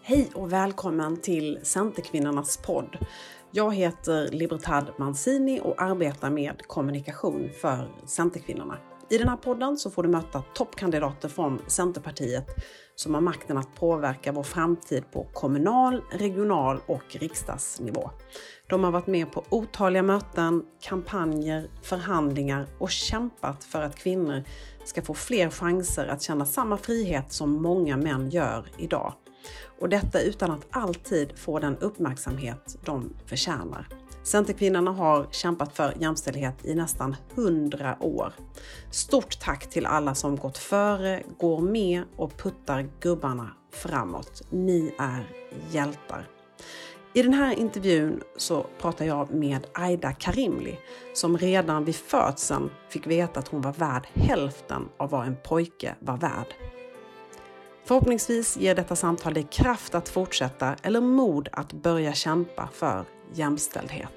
Hej och välkommen till Centerkvinnornas podd. Jag heter Libertad Mancini och arbetar med kommunikation för Centerkvinnorna. I den här podden så får du möta toppkandidater från Centerpartiet som har makten att påverka vår framtid på kommunal, regional och riksdagsnivå. De har varit med på otaliga möten, kampanjer, förhandlingar och kämpat för att kvinnor ska få fler chanser att känna samma frihet som många män gör idag. Och detta utan att alltid få den uppmärksamhet de förtjänar. Centerkvinnorna har kämpat för jämställdhet i nästan 100 år. Stort tack till alla som gått före, går med och puttar gubbarna framåt. Ni är hjältar. I den här intervjun så pratar jag med Aida Karimli som redan vid födseln fick veta att hon var värd hälften av vad en pojke var värd. Förhoppningsvis ger detta samtal dig kraft att fortsätta eller mod att börja kämpa för jämställdhet.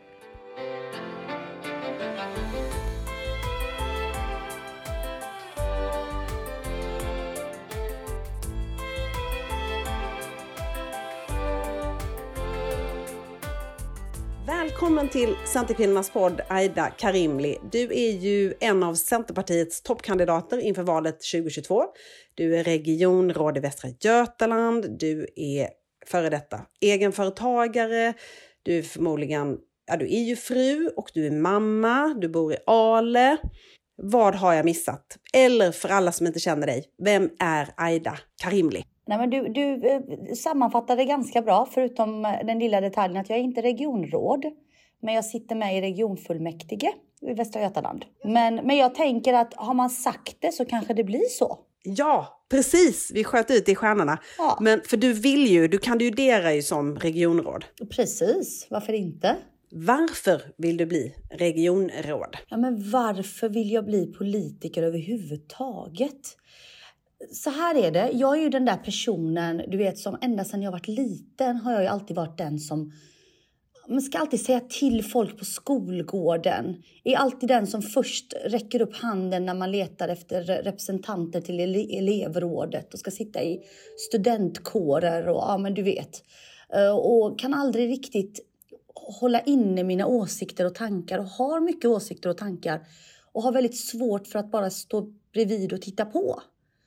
Välkommen till Centerkvinnornas podd, Aida Karimli. Du är ju en av Centerpartiets toppkandidater inför valet 2022. Du är regionråd i Västra Götaland, du är före detta egenföretagare, du är förmodligen, du är ju fru och du är mamma, du bor i Ale. Vad har jag missat? Eller för alla som inte känner dig, vem är Aida Karimli? Nej, men du sammanfattade ganska bra, förutom den lilla detaljen att jag är inte regionråd. Men jag sitter med i regionfullmäktige i Västra Götaland. Men jag tänker att har man sagt det så kanske det blir så. Ja, precis. Vi sköt ut i stjärnorna. Ja. Men för du kandiderar ju som regionråd. Precis, varför inte? Varför vill du bli regionråd? Ja, men varför vill jag bli politiker överhuvudtaget? Så här är det, jag är ju den där personen, du vet, som ända sedan jag varit liten har jag ju alltid varit den som man ska alltid säga till folk på skolgården. Är alltid den som först räcker upp handen när man letar efter representanter till elevrådet och ska sitta i studentkårer och ja, men du vet. Och kan aldrig riktigt hålla inne mina åsikter och tankar och har mycket åsikter och tankar och har väldigt svårt för att bara stå bredvid och titta på.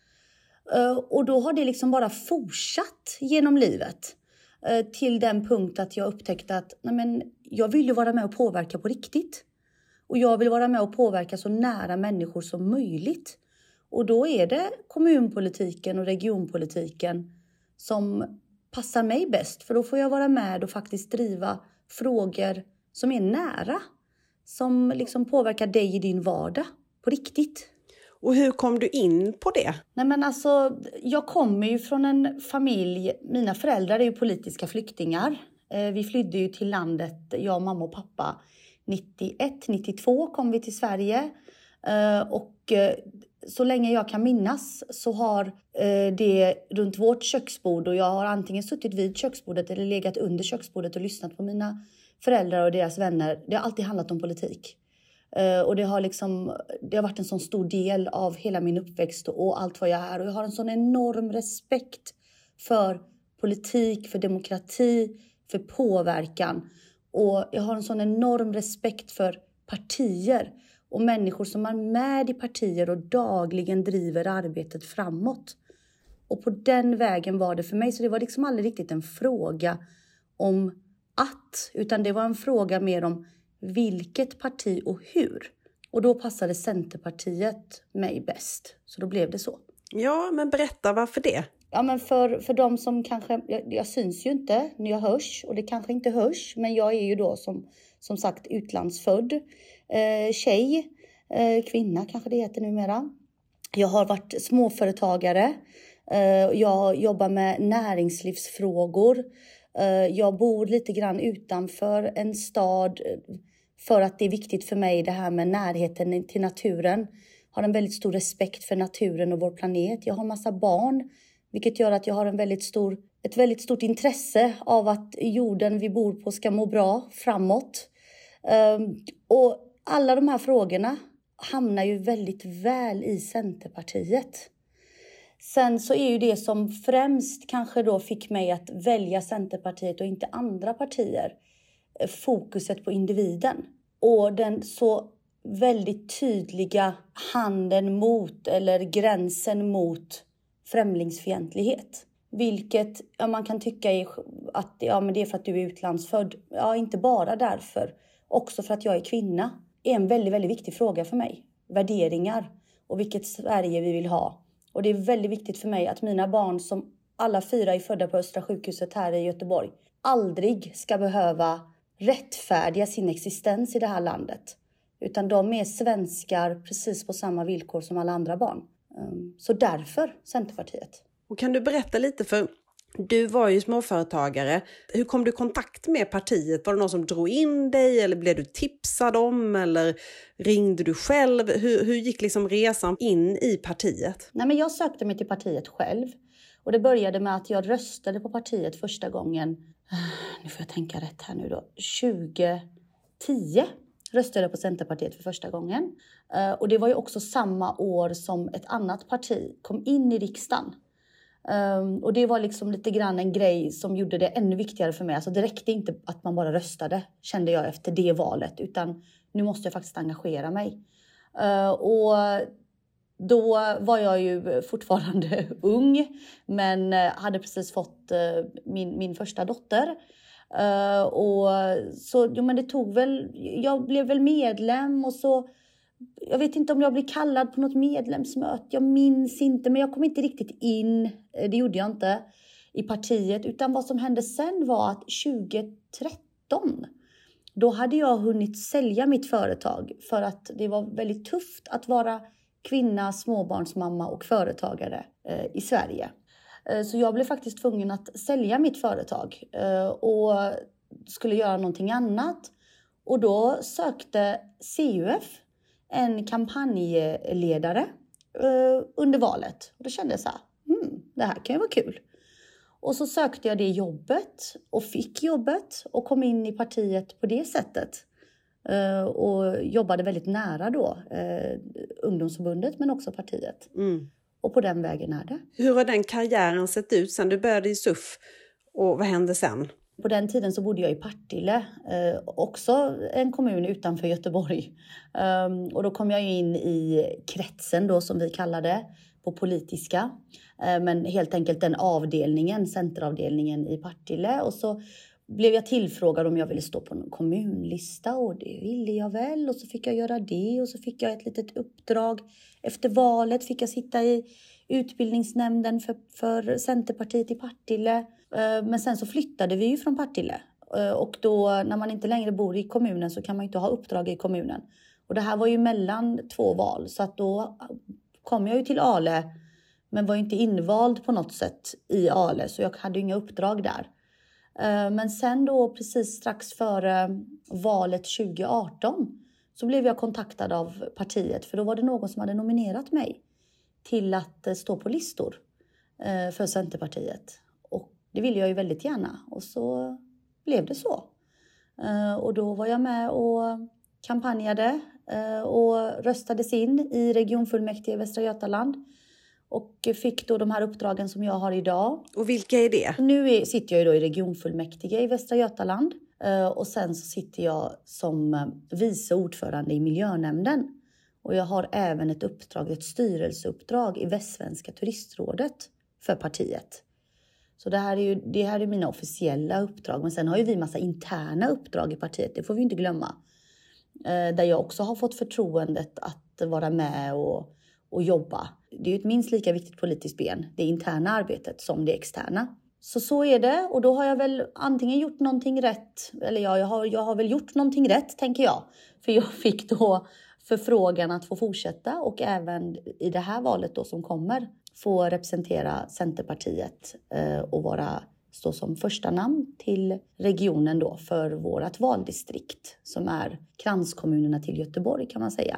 Och då har det liksom bara fortsatt genom livet. Till den punkt att jag upptäckte att jag vill ju vara med och påverka på riktigt. Och jag vill vara med och påverka så nära människor som möjligt. Och då är det kommunpolitiken och regionpolitiken som passar mig bäst. För då får jag vara med och faktiskt driva frågor som är nära. Som liksom påverkar dig i din vardag på riktigt. Och hur kom du in på det? Nej, men alltså, jag kommer ju från en familj, mina föräldrar är ju politiska flyktingar. Vi flydde ju till landet, jag, mamma och pappa. 92 kom vi till Sverige. Och så länge jag kan minnas så har det runt vårt köksbord. Och jag har antingen suttit vid köksbordet eller legat under köksbordet och lyssnat på mina föräldrar och deras vänner. Det har alltid handlat om politik. Och det har varit en sån stor del av hela min uppväxt och allt vad jag är. Och jag har en sån enorm respekt för politik, för demokrati, för påverkan. Och jag har en sån enorm respekt för partier och människor som är med i partier och dagligen driver arbetet framåt. Och på den vägen var det för mig. Så det var liksom aldrig riktigt en fråga om utan det var en fråga mer om vilket parti och hur. Och då passade Centerpartiet mig bäst. Så då blev det så. Ja, men berätta varför det? Ja, men för de som kanske... Jag syns ju inte när jag hörs. Och det kanske inte hörs. Men jag är ju då som sagt utlandsfödd. Tjej. Kvinna kanske det heter numera. Jag har varit småföretagare. Jag jobbar med näringslivsfrågor. Jag bor lite grann utanför en stad för att det är viktigt för mig det här med närheten till naturen. Har en väldigt stor respekt för naturen och vår planet. Jag har massa barn, vilket gör att jag har ett väldigt stort intresse av att jorden vi bor på ska må bra framåt. Och alla de här frågorna hamnar ju väldigt väl i Centerpartiet. Sen så är ju det som främst kanske då fick mig att välja Centerpartiet och inte andra partier, fokuset på individen. Och den så väldigt tydliga handen mot eller gränsen mot främlingsfientlighet. Vilket man kan tycka är att men det är för att du är utlandsfödd. Ja, inte bara därför. Också för att jag är kvinna. Är en väldigt, väldigt viktig fråga för mig. Värderingar och vilket Sverige vi vill ha. Och det är väldigt viktigt för mig att mina barn, som alla 4 är födda på Östra sjukhuset här i Göteborg, aldrig ska behöva rättfärdiga sin existens i det här landet. Utan de är svenskar precis på samma villkor som alla andra barn. Så därför Centerpartiet. Och kan du berätta lite, för du var ju småföretagare. Hur kom du i kontakt med partiet? Var det någon som drog in dig eller blev du tipsad om eller ringde du själv? Hur gick liksom resan in i partiet? Nej, men jag sökte mig till partiet själv. Och det började med att jag röstade på partiet första gången. Nu får jag tänka rätt här nu då. 2010 röstade jag på Centerpartiet för första gången. Och det var ju också samma år som ett annat parti kom in i riksdagen. Och det var liksom lite grann en grej som gjorde det ännu viktigare för mig. Alltså det räckte inte att man bara röstade, kände jag efter det valet. Utan nu måste jag faktiskt engagera mig. Och då var jag ju fortfarande ung. Men hade precis fått min första dotter. Och så, men det tog väl, jag blev väl medlem och så, jag vet inte om jag blev kallad på något medlemsmöte, jag minns inte, men jag kom inte riktigt in, det gjorde jag inte, i partiet. Utan vad som hände sen var att 2013, då hade jag hunnit sälja mitt företag för att det var väldigt tufft att vara kvinna, småbarnsmamma och företagare i Sverige. Så jag blev faktiskt tvungen att sälja mitt företag och skulle göra någonting annat. Och då sökte CUF en kampanjledare under valet. Och då kände jag så här, det här kan ju vara kul. Och så sökte jag det jobbet och fick jobbet och kom in i partiet på det sättet. Och jobbade väldigt nära då ungdomsförbundet men också partiet. Och på den vägen är det. Hur har den karriären sett ut sen du började i SUF? Och vad hände sen? På den tiden så bodde jag i Partille. Också en kommun utanför Göteborg. Och då kom jag in i kretsen då som vi kallade på politiska. Men helt enkelt den avdelningen, centeravdelningen i Partille. Och så blev jag tillfrågad om jag ville stå på en kommunlista. Och det ville jag väl. Och så fick jag göra det. Och så fick jag ett litet uppdrag. Efter valet fick jag sitta i utbildningsnämnden för Centerpartiet i Partille. Men sen så flyttade vi ju från Partille. Och då när man inte längre bor i kommunen så kan man inte ha uppdrag i kommunen. Och det här var ju mellan 2 val. Så att då kom jag ju till Ale. Men var ju inte invald på något sätt i Ale. Så jag hade ju inga uppdrag där. Men sen då precis strax före valet 2018 så blev jag kontaktad av partiet. För då var det någon som hade nominerat mig till att stå på listor för Centerpartiet. Och det ville jag ju väldigt gärna. Och så blev det så. Och då var jag med och kampanjade och röstades in i regionfullmäktige i Västra Götaland. Och fick då de här uppdragen som jag har idag. Och vilka är det? Nu sitter jag ju då i regionfullmäktige i Västra Götaland. Och sen så sitter jag som vice ordförande i miljönämnden. Och jag har även ett styrelseuppdrag i Västsvenska turistrådet för partiet. Så det här är mina officiella uppdrag. Men sen har ju vi massa interna uppdrag i partiet. Det får vi inte glömma. Där jag också har fått förtroendet att vara med och jobba. Det är ju ett minst lika viktigt politiskt ben. Det interna arbetet som det externa. Så är det. Och då har jag väl antingen gjort någonting rätt. Eller jag har väl gjort någonting rätt, tänker jag. För jag fick då förfrågan att få fortsätta. Och även i det här valet då som kommer få representera Centerpartiet. Och stå som första namn till regionen då för vårt valdistrikt. Som är kranskommunerna till Göteborg, kan man säga.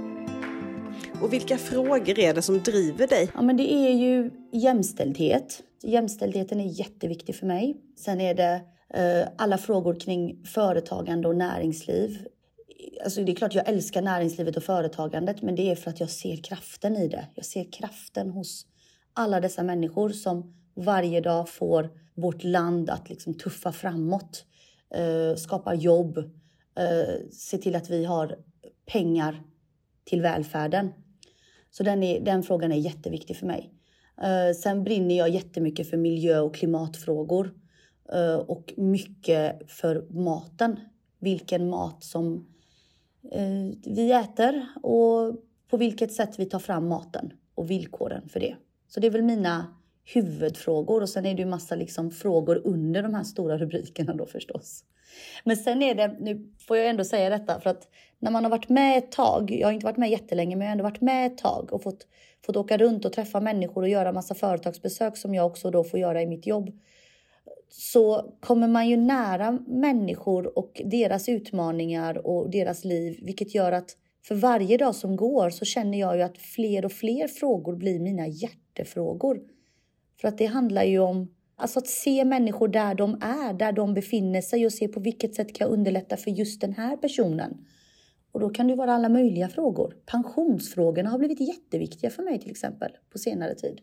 Och vilka frågor är det som driver dig? Ja, men det är ju jämställdhet. Jämställdheten är jätteviktig för mig. Sen är det alla frågor kring företagande och näringsliv. Alltså det är klart jag älskar näringslivet och företagandet, men det är för att jag ser kraften i det. Jag ser kraften hos alla dessa människor som varje dag får vårt land att liksom tuffa framåt. Skapa jobb. Se till att vi har pengar till välfärden. Så den frågan är jätteviktig för mig. Sen brinner jag jättemycket för miljö- och klimatfrågor. Och mycket för maten. Vilken mat som vi äter och på vilket sätt vi tar fram maten och villkoren för det. Så det är väl mina huvudfrågor, och sen är det ju massa liksom frågor under de här stora rubrikerna då förstås. Men sen är det, nu får jag ändå säga detta, för att när man har varit med ett tag, jag har inte varit med jättelänge men jag har ändå varit med ett tag och fått åka runt och träffa människor och göra massa företagsbesök som jag också då får göra i mitt jobb. Så kommer man ju nära människor och deras utmaningar och deras liv, vilket gör att för varje dag som går så känner jag ju att fler och fler frågor blir mina hjärtefrågor. För att det handlar ju om alltså att se människor där de är, där de befinner sig, och se på vilket sätt kan jag underlätta för just den här personen. Och då kan det vara alla möjliga frågor. Pensionsfrågorna har blivit jätteviktiga för mig till exempel på senare tid.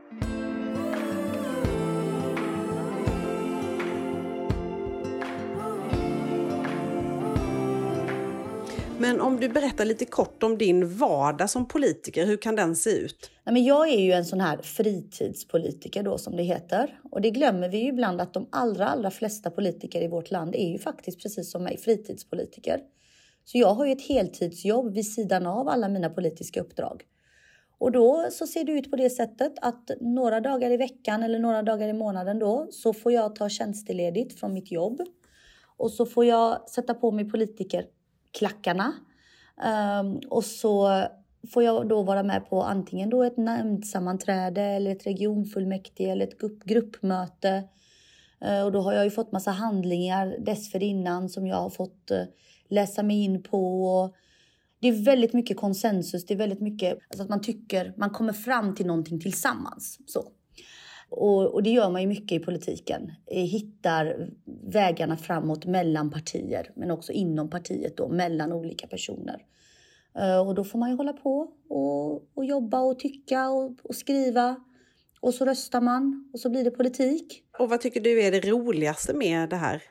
Men om du berättar lite kort om din vardag som politiker, hur kan den se ut? Nej, men jag är ju en sån här fritidspolitiker då som det heter. Och det glömmer vi ju ibland att de allra flesta politiker i vårt land är ju faktiskt precis som mig fritidspolitiker. Så jag har ju ett heltidsjobb vid sidan av alla mina politiska uppdrag. Och då så ser det ut på det sättet att några dagar i veckan eller några dagar i månaden då så får jag ta tjänsteledigt från mitt jobb. Och så får jag sätta på mig politikerklackarna. Och så får jag då vara med på antingen då ett nämndsammanträde eller ett regionfullmäktige eller ett gruppmöte. Och då har jag ju fått massa handlingar dessförinnan som jag har fått läsa mig in på. Det är väldigt mycket konsensus, det är väldigt mycket alltså att man tycker man kommer fram till någonting tillsammans. Så. Och det gör man ju mycket i politiken. Hittar vägarna framåt mellan partier, men också inom partiet då, mellan olika personer. Och då får man ju hålla på och jobba och tycka och skriva. Och så röstar man och så blir det politik. Och vad tycker du är det roligaste med det här?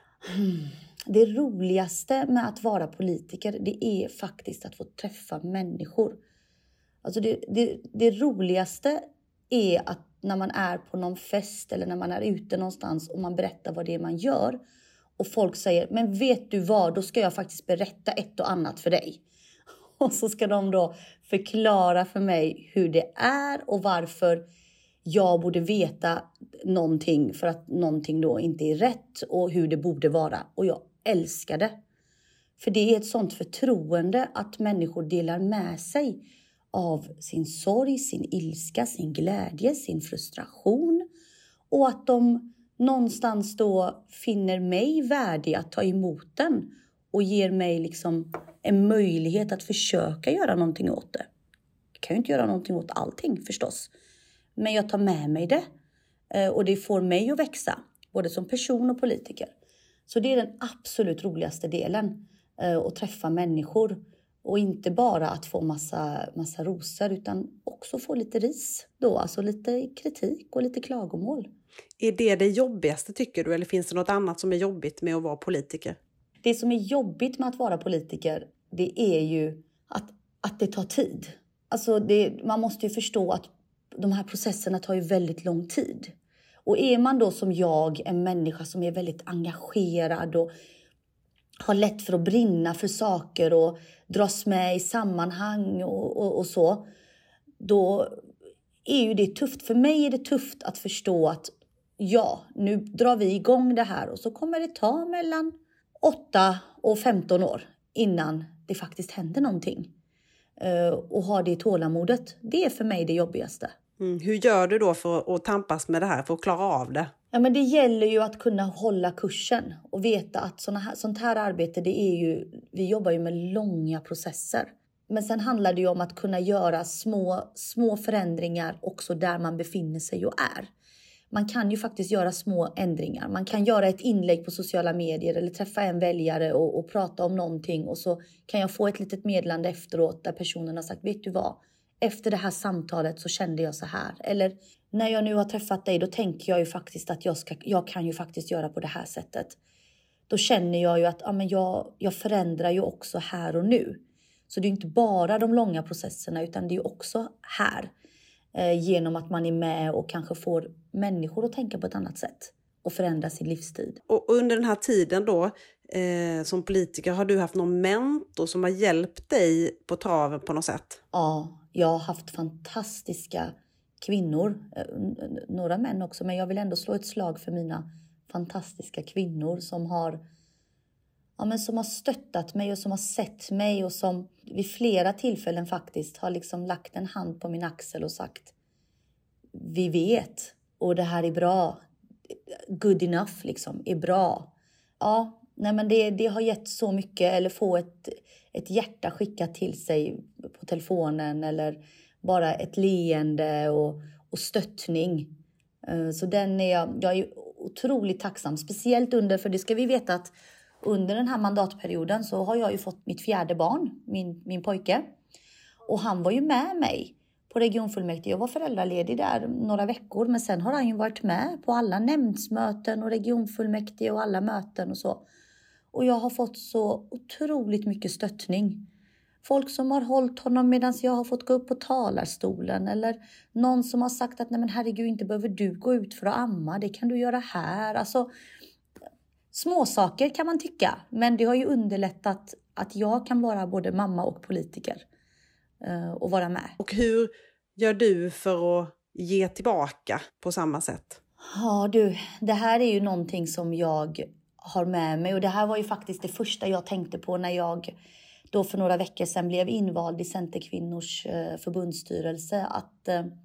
Det roligaste med att vara politiker, det är faktiskt att få träffa människor. Alltså det roligaste är att när man är på någon fest eller när man är ute någonstans och man berättar vad det är man gör. Och folk säger, men vet du vad, då ska jag faktiskt berätta ett och annat för dig. Och så ska de då förklara för mig hur det är och varför jag borde veta någonting för att någonting då inte är rätt och hur det borde vara. Och jag älskar det. För det är ett sånt förtroende att människor delar med sig av sin sorg, sin ilska, sin glädje, sin frustration. Och att de någonstans då finner mig värdig att ta emot den. Och ger mig liksom en möjlighet att försöka göra någonting åt det. Jag kan ju inte göra någonting åt allting förstås. Men jag tar med mig det. Och det får mig att växa. Både som person och politiker. Så det är den absolut roligaste delen. Att träffa människor. Och inte bara att få massa rosor utan också få lite ris då. Alltså lite kritik och lite klagomål. Är det jobbigaste tycker du? Eller finns det något annat som är jobbigt med att vara politiker? Det som är jobbigt med att vara politiker, det är ju att det tar tid. Alltså man måste ju förstå att de här processerna tar ju väldigt lång tid. Och är man då som jag en människa som är väldigt engagerad och har lätt för att brinna för saker och dras med i sammanhang och så. Då är ju det tufft. För mig är det tufft att förstå att ja, nu drar vi igång det här. Och så kommer det ta mellan 8 och 15 år innan det faktiskt händer någonting. Och ha det tålamodet. Det är för mig det jobbigaste. Hur gör du då för att tampas med det här, för att klara av det? Ja, men det gäller ju att kunna hålla kursen och veta att sånt här arbete, det är ju, vi jobbar ju med långa processer. Men sen handlar det ju om att kunna göra små förändringar också där man befinner sig och är. man kan ju faktiskt göra små ändringar. Man kan göra ett inlägg på sociala medier eller träffa en väljare och prata om någonting. Och så kan jag få ett litet meddelande efteråt där personen har sagt, vet du vad? Efter det här samtalet så kände jag så här. Eller när jag nu har träffat dig, då tänker jag ju faktiskt att jag kan ju faktiskt göra på det här sättet. Då känner jag ju att jag förändrar ju också här och nu. Så det är inte bara de långa processerna, utan det är ju också här. Genom att man är med och kanske får människor att tänka på ett annat sätt. Och förändra sin livstid. Och under den här tiden då, som politiker, har du haft någon mentor som har hjälpt dig på traven på något sätt? Ja, jag har haft fantastiska kvinnor. Några män också, men jag vill ändå slå ett slag för mina fantastiska kvinnor som har stöttat mig och som har sett mig och som vid flera tillfällen faktiskt har liksom lagt en hand på min axel och sagt, vi vet och det här är bra, good enough liksom, är bra. Ja, nej men det har gett så mycket, eller få ett hjärta skickat till sig på telefonen eller bara ett leende och stöttning. Så den är jag är otroligt tacksam, speciellt för det ska vi veta att under den här mandatperioden så har jag ju fått mitt 4:e barn, min pojke. Och han var ju med mig på regionfullmäktige. Jag var föräldraledig där några veckor. Men sen har han ju varit med på alla nämndsmöten och regionfullmäktige och alla möten och så. Och jag har fått så otroligt mycket stöttning. Folk som har hållit honom medan jag har fått gå upp på talarstolen. Eller någon som har sagt att nej men herregud, inte behöver du gå ut för att amma. Det kan du göra här. Alltså små saker kan man tycka. Men det har ju underlättat att jag kan vara både mamma och politiker. Och vara med. Och hur gör du för att ge tillbaka på samma sätt? Ja du, det här är ju någonting som jag har med mig. Och det här var ju faktiskt det första jag tänkte på när jag då för några veckor sedan blev invald i Centerkvinnors förbundsstyrelse. Att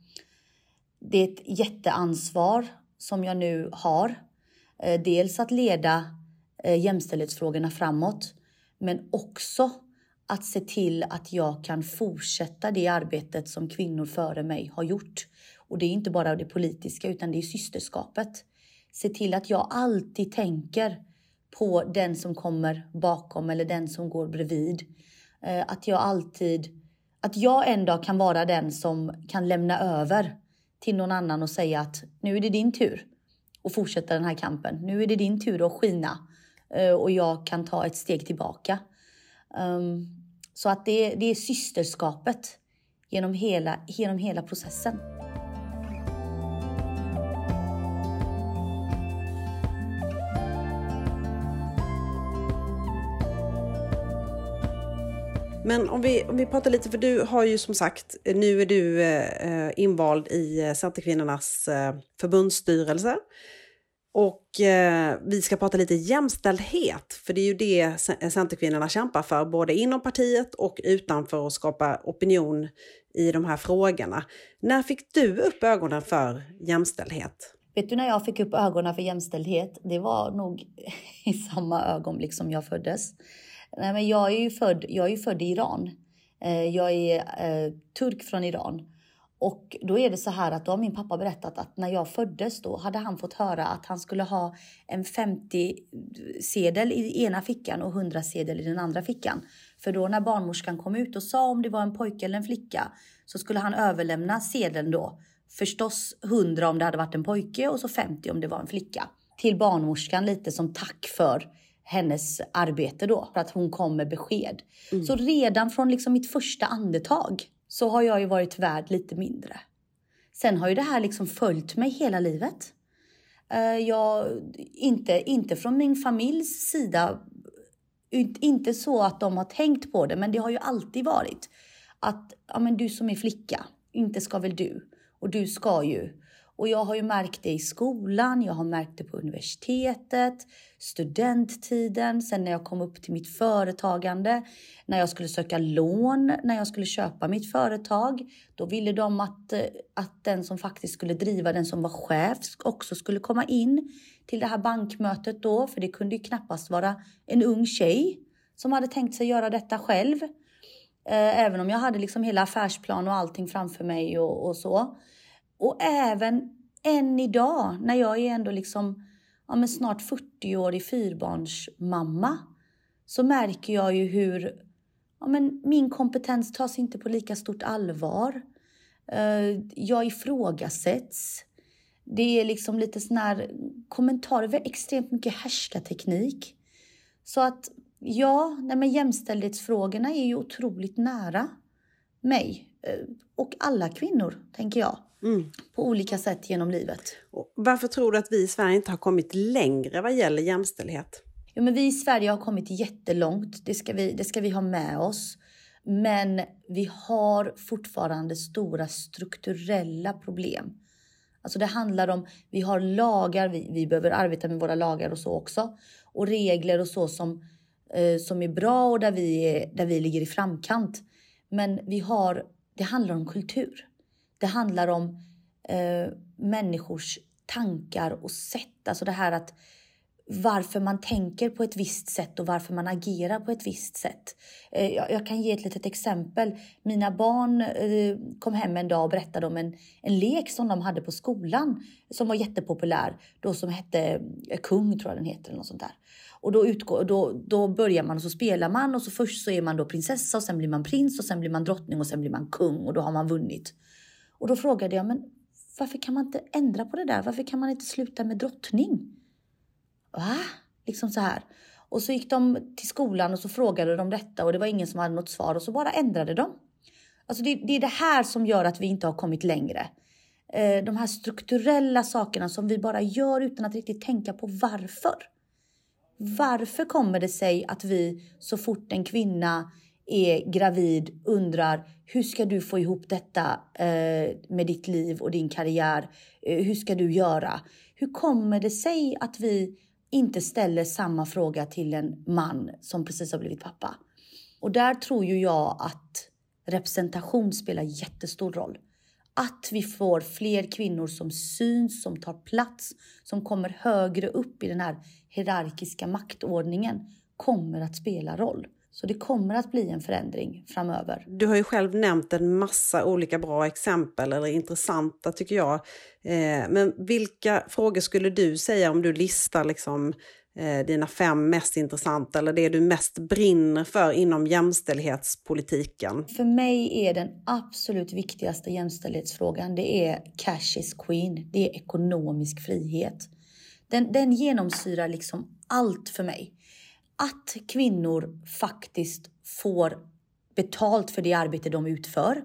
det är ett jätteansvar som jag nu har. Dels att leda jämställdhetsfrågorna framåt. Men också att se till att jag kan fortsätta det arbetet som kvinnor före mig har gjort. Och det är inte bara det politiska utan det är systerskapet. Se till att jag alltid tänker på den som kommer bakom eller den som går bredvid. Att jag en dag kan vara den som kan lämna över till någon annan och säga att nu är det din tur att fortsätta den här kampen. Nu är det din tur att skina och jag kan ta ett steg tillbaka. Så att det är systerskapet genom hela processen. Men om vi pratar lite, för du har ju som sagt, nu är du invald i Centerkvinnornas förbundsstyrelse. Och vi ska prata lite jämställdhet, för det är ju det Centerkvinnorna kämpar för, både inom partiet och utanför, att skapa opinion i de här frågorna. När fick du upp ögonen för jämställdhet? Vet du när jag fick upp ögonen för jämställdhet? Det var nog i samma ögonblick som jag föddes. Nej, men jag är ju född i Iran. Jag är turk från Iran. Och då är det så här att då har min pappa berättat att när jag föddes då hade han fått höra att han skulle ha en 50-sedel i ena fickan och 100-sedel i den andra fickan. För då när barnmorskan kom ut och sa om det var en pojke eller en flicka så skulle han överlämna sedeln då. Förstås 100 om det hade varit en pojke och så 50 om det var en flicka. Till barnmorskan lite som tack för hennes arbete då. För att hon kom med besked. Så redan från liksom mitt första andetag så har jag ju varit värd lite mindre. Sen har ju det här liksom följt mig hela livet. Inte från min familjs sida. Inte så att de har tänkt på det. Men det har ju alltid varit att ja, men du som är flicka, inte ska väl du. Och du ska ju. Och jag har ju märkt det i skolan, jag har märkt det på universitetet, studenttiden, sen när jag kom upp till mitt företagande, när jag skulle söka lån, när jag skulle köpa mitt företag. Då ville de att den som faktiskt skulle driva, den som var chef, också skulle komma in till det här bankmötet då. För det kunde ju knappast vara en ung tjej som hade tänkt sig göra detta själv. Även om jag hade liksom hela affärsplan och allting framför mig och så. Och även än idag när jag är ändå liksom, snart 40-årig fyrbarnsmamma, så märker jag ju hur min kompetens tas inte på lika stort allvar. Jag ifrågasätts. Det är liksom lite sån här kommentarer, extremt mycket härskarteknik. Så att jämställdhetsfrågorna är ju otroligt nära mig. Och alla kvinnor, tänker jag. På olika sätt genom livet. Och varför tror du att vi i Sverige inte har kommit längre vad gäller jämställdhet? Ja, men vi i Sverige har kommit jättelångt. Det ska vi ha med oss. Men vi har fortfarande stora strukturella problem. Alltså det handlar om, vi har lagar, vi behöver arbeta med våra lagar och så också. Och regler och så som är bra och där vi ligger i framkant. Men det handlar om kultur. Det handlar om människors tankar och sätt. Alltså det här att varför man tänker på ett visst sätt och varför man agerar på ett visst sätt. Jag kan ge ett litet exempel. Mina barn kom hem en dag och berättade om en lek som de hade på skolan som var jättepopulär. Då som hette Kung, tror jag den heter, eller något sånt där. Och då börjar man och så spelar man och så först så är man då prinsessa och sen blir man prins och sen blir man drottning och sen blir man kung och då har man vunnit. Och då frågade jag, men varför kan man inte ändra på det där? Varför kan man inte sluta med drottning? Va? Liksom så här. Och så gick de till skolan och så frågade de detta och det var ingen som hade något svar och så bara ändrade de. Alltså det är det här som gör att vi inte har kommit längre. De här strukturella sakerna som vi bara gör utan att riktigt tänka på varför. Varför kommer det sig att vi så fort en kvinna är gravid undrar hur ska du få ihop detta med ditt liv och din karriär? Hur ska du göra? Hur kommer det sig att vi inte ställer samma fråga till en man som precis har blivit pappa? Och där tror ju jag att representation spelar jättestor roll. Att vi får fler kvinnor som syns, som tar plats, som kommer högre upp i den här hierarkiska maktordningen kommer att spela roll. Så det kommer att bli en förändring framöver. Du har ju själv nämnt en massa olika bra exempel, eller intressanta tycker jag. Men vilka frågor skulle du säga om du listar liksom, dina 5 mest intressanta eller det du mest brinner för inom jämställdhetspolitiken? För mig är den absolut viktigaste jämställdhetsfrågan, det är cash is queen. Det är ekonomisk frihet. Den genomsyrar liksom allt för mig. Att kvinnor faktiskt får betalt för det arbete de utför.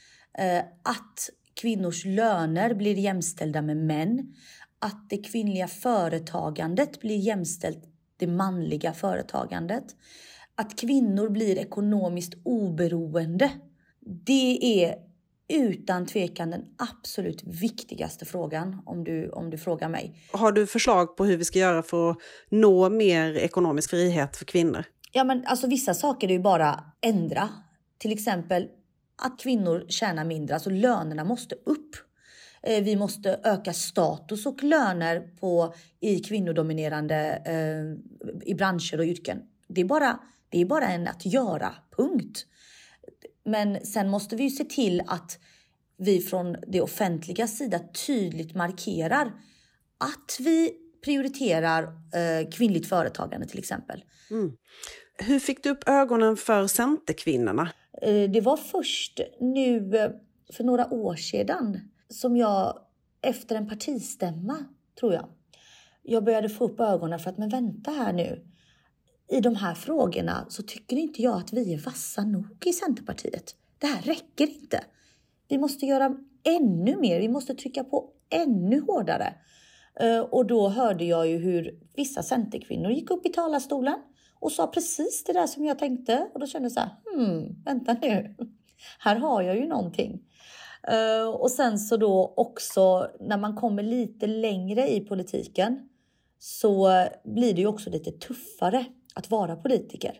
Att kvinnors löner blir jämställda med män. Att det kvinnliga företagandet blir jämställt det manliga företagandet. Att kvinnor blir ekonomiskt oberoende. Det är utan tvekan den absolut viktigaste frågan om du frågar mig. Har du förslag på hur vi ska göra för att nå mer ekonomisk frihet för kvinnor? Ja, men alltså vissa saker är ju bara ändra. Till exempel att kvinnor tjänar mindre. Alltså lönerna måste upp. Vi måste öka status och löner i kvinnodominerande i branscher och yrken. Det är bara en att göra, punkt. Men sen måste vi ju se till att vi från det offentliga sida tydligt markerar att vi prioriterar kvinnligt företagande till exempel. Hur fick du upp ögonen för Centerkvinnorna? Det var först nu för några år sedan som jag efter en partistämma, tror jag började få upp ögonen för att men vänta här nu. I de här frågorna så tycker inte jag att vi är vassa nog i Centerpartiet. Det här räcker inte. Vi måste göra ännu mer. Vi måste trycka på ännu hårdare. Och då hörde jag ju hur vissa centerkvinnor gick upp i talarstolen och sa precis det där som jag tänkte. Och då kände jag så här, vänta nu. Här har jag ju någonting. Och sen så då också när man kommer lite längre i politiken så blir det ju också lite tuffare att vara politiker.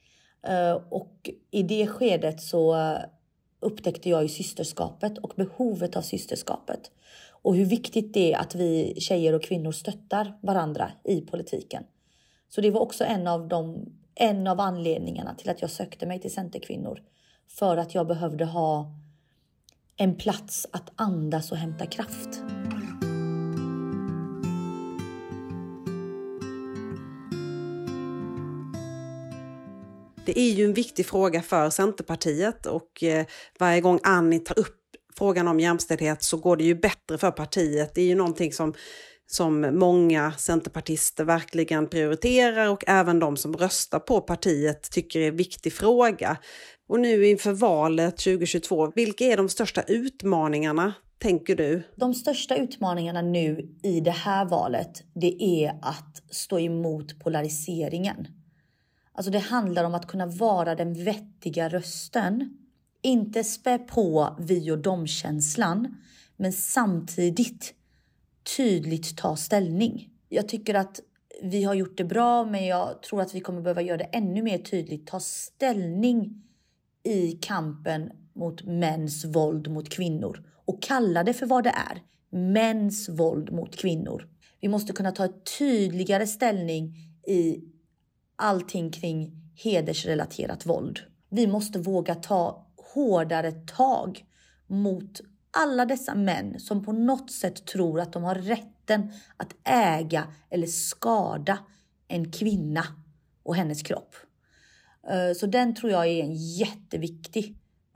Och i det skedet så upptäckte jag ju systerskapet och behovet av systerskapet. Och hur viktigt det är att vi tjejer och kvinnor stöttar varandra i politiken. Så det var också en av anledningarna till att jag sökte mig till Centerkvinnor. För att jag behövde ha en plats att andas och hämta kraft. Det är ju en viktig fråga för Centerpartiet och varje gång Annie tar upp frågan om jämställdhet så går det ju bättre för partiet. Det är ju någonting som många centerpartister verkligen prioriterar och även de som röstar på partiet tycker är en viktig fråga. Och nu inför valet 2022, vilka är de största utmaningarna, tänker du? De största utmaningarna nu i det här valet, det är att stå emot polariseringen. Alltså det handlar om att kunna vara den vettiga rösten. Inte spä på vi och dom-känslan, men samtidigt tydligt ta ställning. Jag tycker att vi har gjort det bra, men jag tror att vi kommer behöva göra det ännu mer tydligt. Ta ställning i kampen mot mäns våld mot kvinnor. Och kalla det för vad det är. Mäns våld mot kvinnor. Vi måste kunna ta ett tydligare ställning i allting kring hedersrelaterat våld. Vi måste våga ta hårdare tag mot alla dessa män som på något sätt tror att de har rätten att äga eller skada en kvinna och hennes kropp. Så den tror jag är en jätteviktig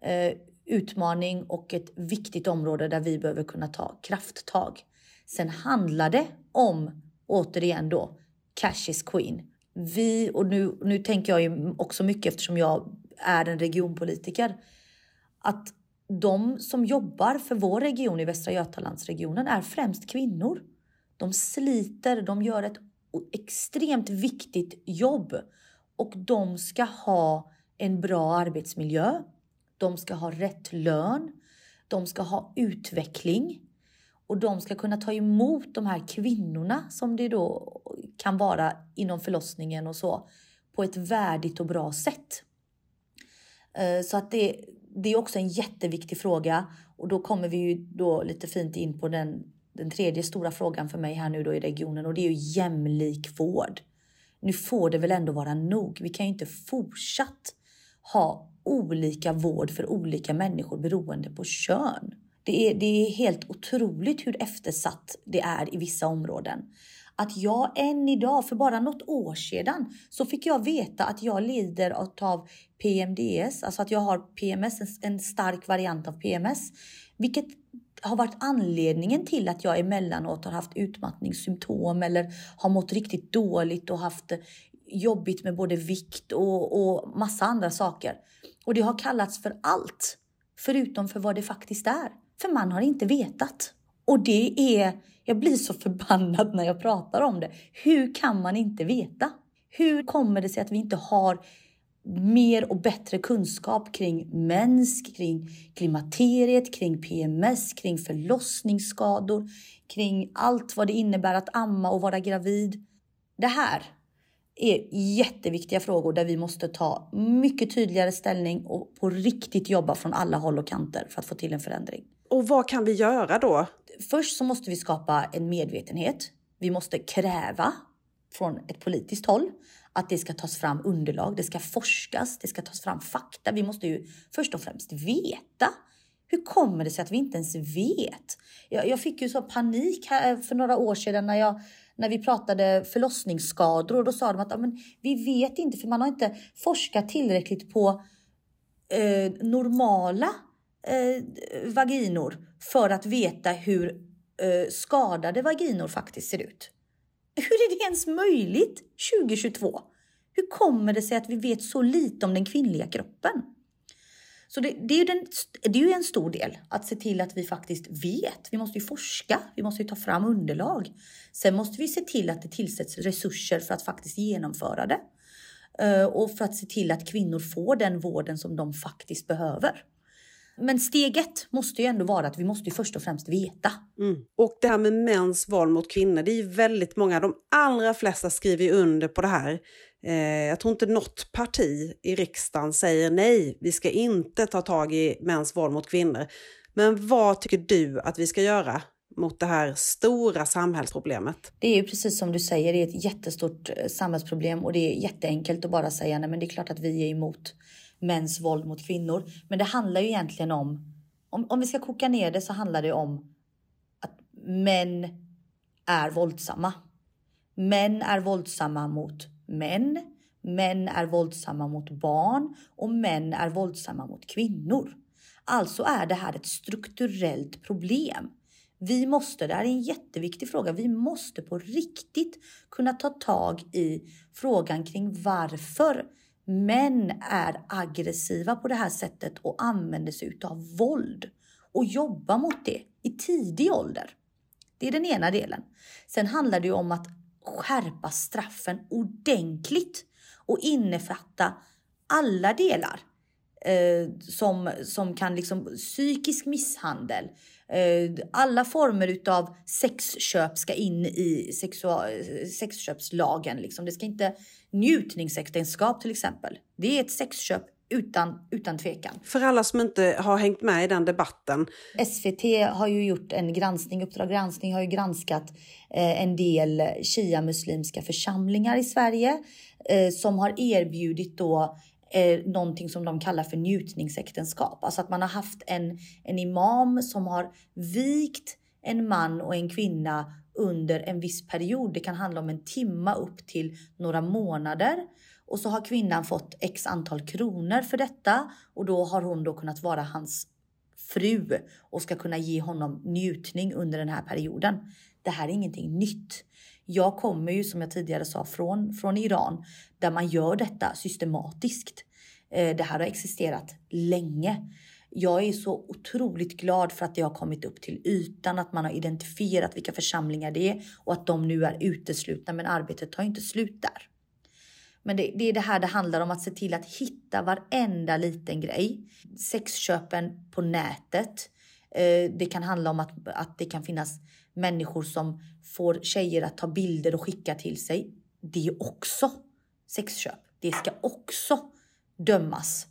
utmaning och ett viktigt område där vi behöver kunna ta krafttag. Sen handlar det om, återigen då, cash is queen. Och nu tänker jag ju också mycket eftersom jag är en regionpolitiker, att de som jobbar för vår region i Västra Götalandsregionen är främst kvinnor. De sliter, de gör ett extremt viktigt jobb och de ska ha en bra arbetsmiljö. De ska ha rätt lön, de ska ha utveckling och de ska kunna ta emot de här kvinnorna som det då kan vara inom förlossningen och så på ett värdigt och bra sätt. Så att det är också en jätteviktig fråga och då kommer vi ju då lite fint in på den tredje stora frågan för mig här nu då i regionen och det är ju jämlik vård. Nu får det väl ändå vara nog. Vi kan ju inte fortsatt ha olika vård för olika människor beroende på kön. Det är helt otroligt hur eftersatt det är i vissa områden. Att jag än idag, för bara något år sedan, så fick jag veta att jag lider av PMDS. Alltså att jag har PMS, en stark variant av PMS. Vilket har varit anledningen till att jag emellanåt har haft utmattningssymptom eller har mått riktigt dåligt och haft jobbigt med både vikt och massa andra saker. Och det har kallats för allt, förutom för vad det faktiskt är. För man har inte vetat. Och jag blir så förbannad när jag pratar om det. Hur kan man inte veta? Hur kommer det sig att vi inte har mer och bättre kunskap kring mens, kring klimakteriet, kring PMS, kring förlossningsskador, kring allt vad det innebär att amma och vara gravid? Det här är jätteviktiga frågor där vi måste ta mycket tydligare ställning och på riktigt jobba från alla håll och kanter för att få till en förändring. Och vad kan vi göra då? Först så måste vi skapa en medvetenhet. Vi måste kräva från ett politiskt håll att det ska tas fram underlag, det ska forskas, det ska tas fram fakta. Vi måste ju först och främst veta. Hur kommer det sig att vi inte ens vet? Jag fick ju så panik här för några år sedan när vi pratade förlossningsskador och då sa de att men, vi vet inte för man har inte forskat tillräckligt på normala vaginor för att veta hur skadade vaginor faktiskt ser ut. Hur är det ens möjligt 2022? Hur kommer det sig att vi vet så lite om den kvinnliga kroppen? Så det är ju en stor del att se till att vi faktiskt vet. Vi måste ju forska, vi måste ju ta fram underlag. Sen måste vi se till att det tillsätts resurser för att faktiskt genomföra det. Och för att se till att kvinnor får den vården som de faktiskt behöver. Men steget måste ju ändå vara att vi måste ju först och främst veta. Och det här med mäns våld mot kvinnor, det är ju väldigt många. De allra flesta skriver under på det här. Jag tror inte något parti i riksdagen säger nej, vi ska inte ta tag i mäns våld mot kvinnor. Men vad tycker du att vi ska göra mot det här stora samhällsproblemet? Det är ju precis som du säger, det är ett jättestort samhällsproblem och det är jätteenkelt att bara säga nej men det är klart att vi är emot mäns våld mot kvinnor. Men det handlar ju egentligen om vi ska koka ner det så handlar det om att män är våldsamma. Män är våldsamma mot män. Män är våldsamma mot barn och män är våldsamma mot kvinnor. Alltså är det här ett strukturellt problem. Det här är en jätteviktig fråga. Vi måste på riktigt kunna ta tag i frågan kring varför män är aggressiva på det här sättet och använder sig av våld. Och jobba mot det i tidig ålder. Det är den ena delen. Sen handlar det ju om att skärpa straffen ordentligt och innefatta alla delar som kan liksom psykisk misshandel. Alla former av sexköp ska in i sexköpslagen. Liksom. Det ska inte njutningsäktenskap till exempel. Det är ett sexköp utan tvekan. För alla som inte har hängt med i den debatten. SVT har ju gjort en granskning. Uppdrag granskning har ju granskat en del shia-muslimska församlingar i Sverige. Som har erbjudit då någonting som de kallar för njutningsäktenskap. Alltså att man har haft en imam som har vikt en man och en kvinna under en viss period. Det kan handla om en timme upp till några månader. Och så har kvinnan fått x antal kronor för detta. Och då har hon då kunnat vara hans fru och ska kunna ge honom njutning under den här perioden. Det här är ingenting nytt. Jag kommer ju som jag tidigare sa från Iran där man gör detta systematiskt. Det här har existerat länge. Jag är så otroligt glad för att det har kommit upp till ytan, att man har identifierat vilka församlingar det är och att de nu är uteslutna, men arbetet tar inte slut där. Men det är det här det handlar om, att se till att hitta varenda liten grej. Sexköpen på nätet. Det kan handla om att det kan finnas människor som får tjejer att ta bilder och skicka till sig. Det är också sexköp. Det ska också dömas.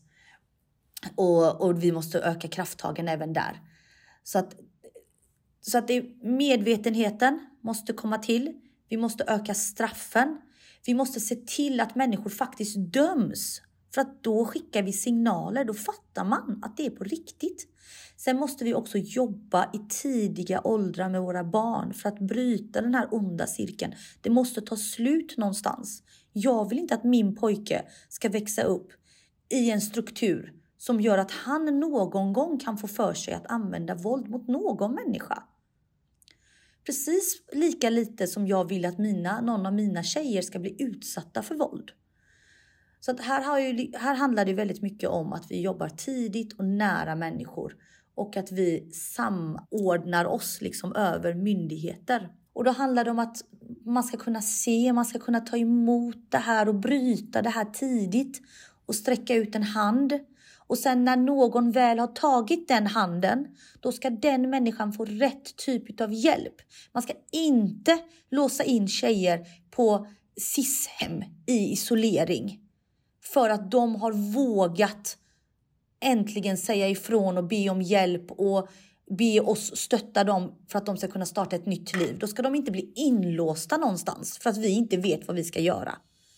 Och vi måste öka krafttagen även där. Så att medvetenheten måste komma till. Vi måste öka straffen. Vi måste se till att människor faktiskt döms. För att då skickar vi signaler. Då fattar man att det är på riktigt. Sen måste vi också jobba i tidiga åldrar med våra barn. För att bryta den här onda cirkeln. Det måste ta slut någonstans. Jag vill inte att min pojke ska växa upp i en struktur som gör att han någon gång kan få för sig att använda våld mot någon människa. Precis lika lite som jag vill att någon av mina tjejer ska bli utsatta för våld. Så att här handlar det väldigt mycket om att vi jobbar tidigt och nära människor. Och att vi samordnar oss liksom över myndigheter. Och då handlar det om att man ska kunna se, man ska kunna ta emot det här och bryta det här tidigt. Och sträcka ut en hand. Och sen när någon väl har tagit den handen, då ska den människan få rätt typ av hjälp. Man ska inte låsa in tjejer på SIS-hem i isolering. För att de har vågat äntligen säga ifrån och be om hjälp och be oss stötta dem för att de ska kunna starta ett nytt liv. Då ska de inte bli inlåsta någonstans för att vi inte vet vad vi ska göra.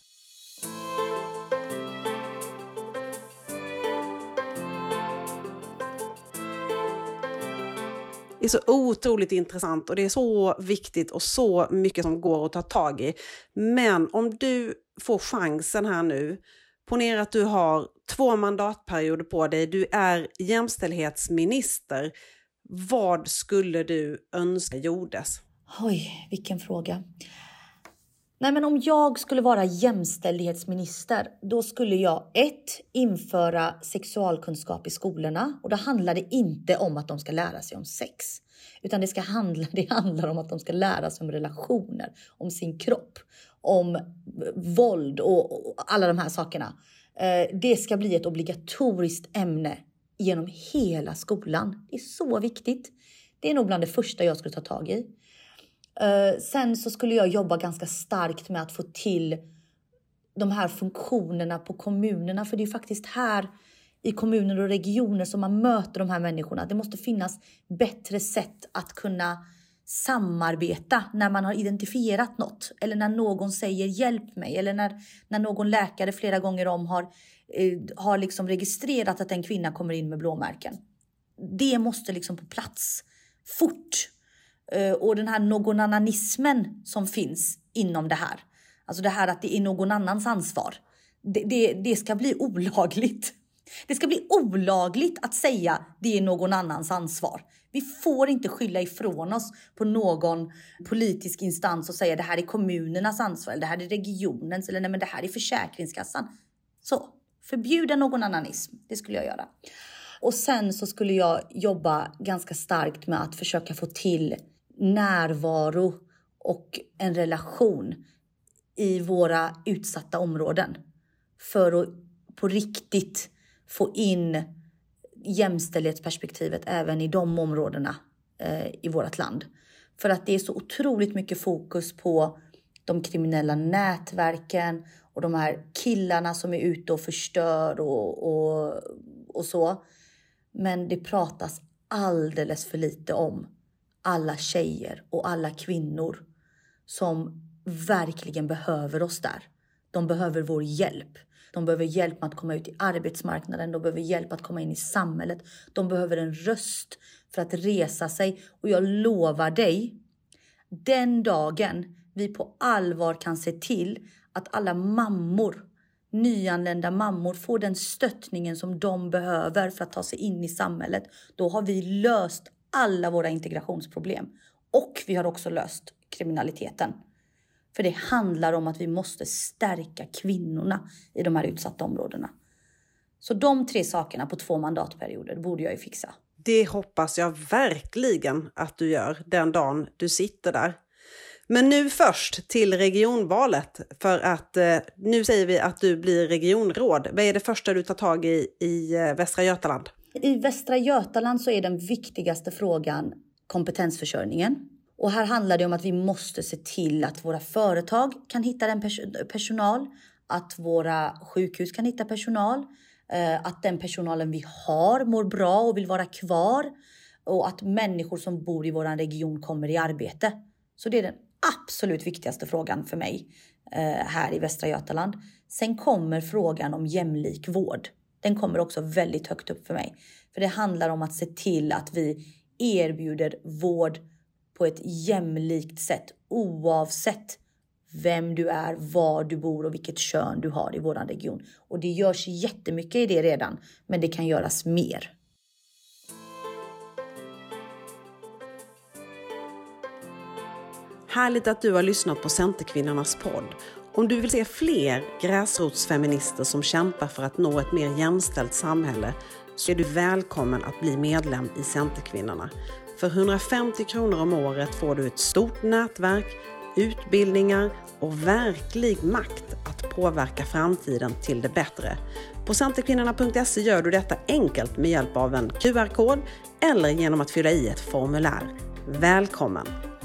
Det är så otroligt intressant och det är så viktigt och så mycket som går att ta tag i. Men om du får chansen här nu, ponera att du har 2 mandatperioder på dig, du är jämställdhetsminister. Vad skulle du önska gjordes? Oj, vilken fråga. Nej, men om jag skulle vara jämställdhetsminister, då skulle jag införa sexualkunskap i skolorna. Och det handlar inte om att de ska lära sig om sex. Utan det handlar om att de ska lära sig om relationer, om sin kropp, om våld och alla de här sakerna. Det ska bli ett obligatoriskt ämne genom hela skolan. Det är så viktigt. Det är nog bland det första jag skulle ta tag i. Sen så skulle jag jobba ganska starkt med att få till de här funktionerna på kommunerna. För det är faktiskt här i kommuner och regioner som man möter de här människorna. Det måste finnas bättre sätt att kunna samarbeta när man har identifierat något. Eller när någon säger hjälp mig. Eller när någon läkare flera gånger om har liksom registrerat att en kvinna kommer in med blåmärken. Det måste liksom på plats fort. Och den här någonannanismen som finns inom det här. Alltså det här att det är någon annans ansvar. det ska bli olagligt. Det ska bli olagligt att säga det är någon annans ansvar. Vi får inte skylla ifrån oss på någon politisk instans och säga det här är kommunernas ansvar, eller det här är regionens, eller nej men det här är Försäkringskassan. Så, förbjuda någon annanism, det skulle jag göra. Och sen så skulle jag jobba ganska starkt med att försöka få till närvaro och en relation i våra utsatta områden. För att på riktigt få in jämställdhetsperspektivet även i de områdena i vårt land. För att det är så otroligt mycket fokus på de kriminella nätverken och de här killarna som är ute och förstör och så. Men det pratas alldeles för lite om alla tjejer och alla kvinnor som verkligen behöver oss där. De behöver vår hjälp. De behöver hjälp med att komma ut i arbetsmarknaden. De behöver hjälp att komma in i samhället. De behöver en röst för att resa sig. Och jag lovar dig, den dagen vi på allvar kan se till att alla mammor, nyanlända mammor, får den stöttningen som de behöver för att ta sig in i samhället. Då har vi löst alla våra integrationsproblem. Och vi har också löst kriminaliteten. För det handlar om att vi måste stärka kvinnorna i de här utsatta områdena. Så de 3 sakerna på 2 mandatperioder borde jag ju fixa. Det hoppas jag verkligen att du gör den dagen du sitter där. Men nu först till regionvalet, för att nu säger vi att du blir regionråd. Vad är det första du tar tag i Västra Götaland? I Västra Götaland så är den viktigaste frågan kompetensförsörjningen. Och här handlar det om att vi måste se till att våra företag kan hitta den personal, att våra sjukhus kan hitta personal, att den personalen vi har mår bra och vill vara kvar, och att människor som bor i vår region kommer i arbete. Så det är den absolut viktigaste frågan för mig här i Västra Götaland. Sen kommer frågan om jämlik vård. Den kommer också väldigt högt upp för mig. För det handlar om att se till att vi erbjuder vård på ett jämlikt sätt, oavsett vem du är, var du bor och vilket kön du har i vår region. Och det görs jättemycket i det redan, men det kan göras mer. Härligt att du har lyssnat på Centerkvinnornas podd. Om du vill se fler gräsrotsfeminister som kämpar för att nå ett mer jämställt samhälle, så är du välkommen att bli medlem i Centerkvinnorna. För 150 kronor om året får du ett stort nätverk, utbildningar och verklig makt att påverka framtiden till det bättre. På centerkvinnorna.se gör du detta enkelt med hjälp av en QR-kod eller genom att fylla i ett formulär. Välkommen!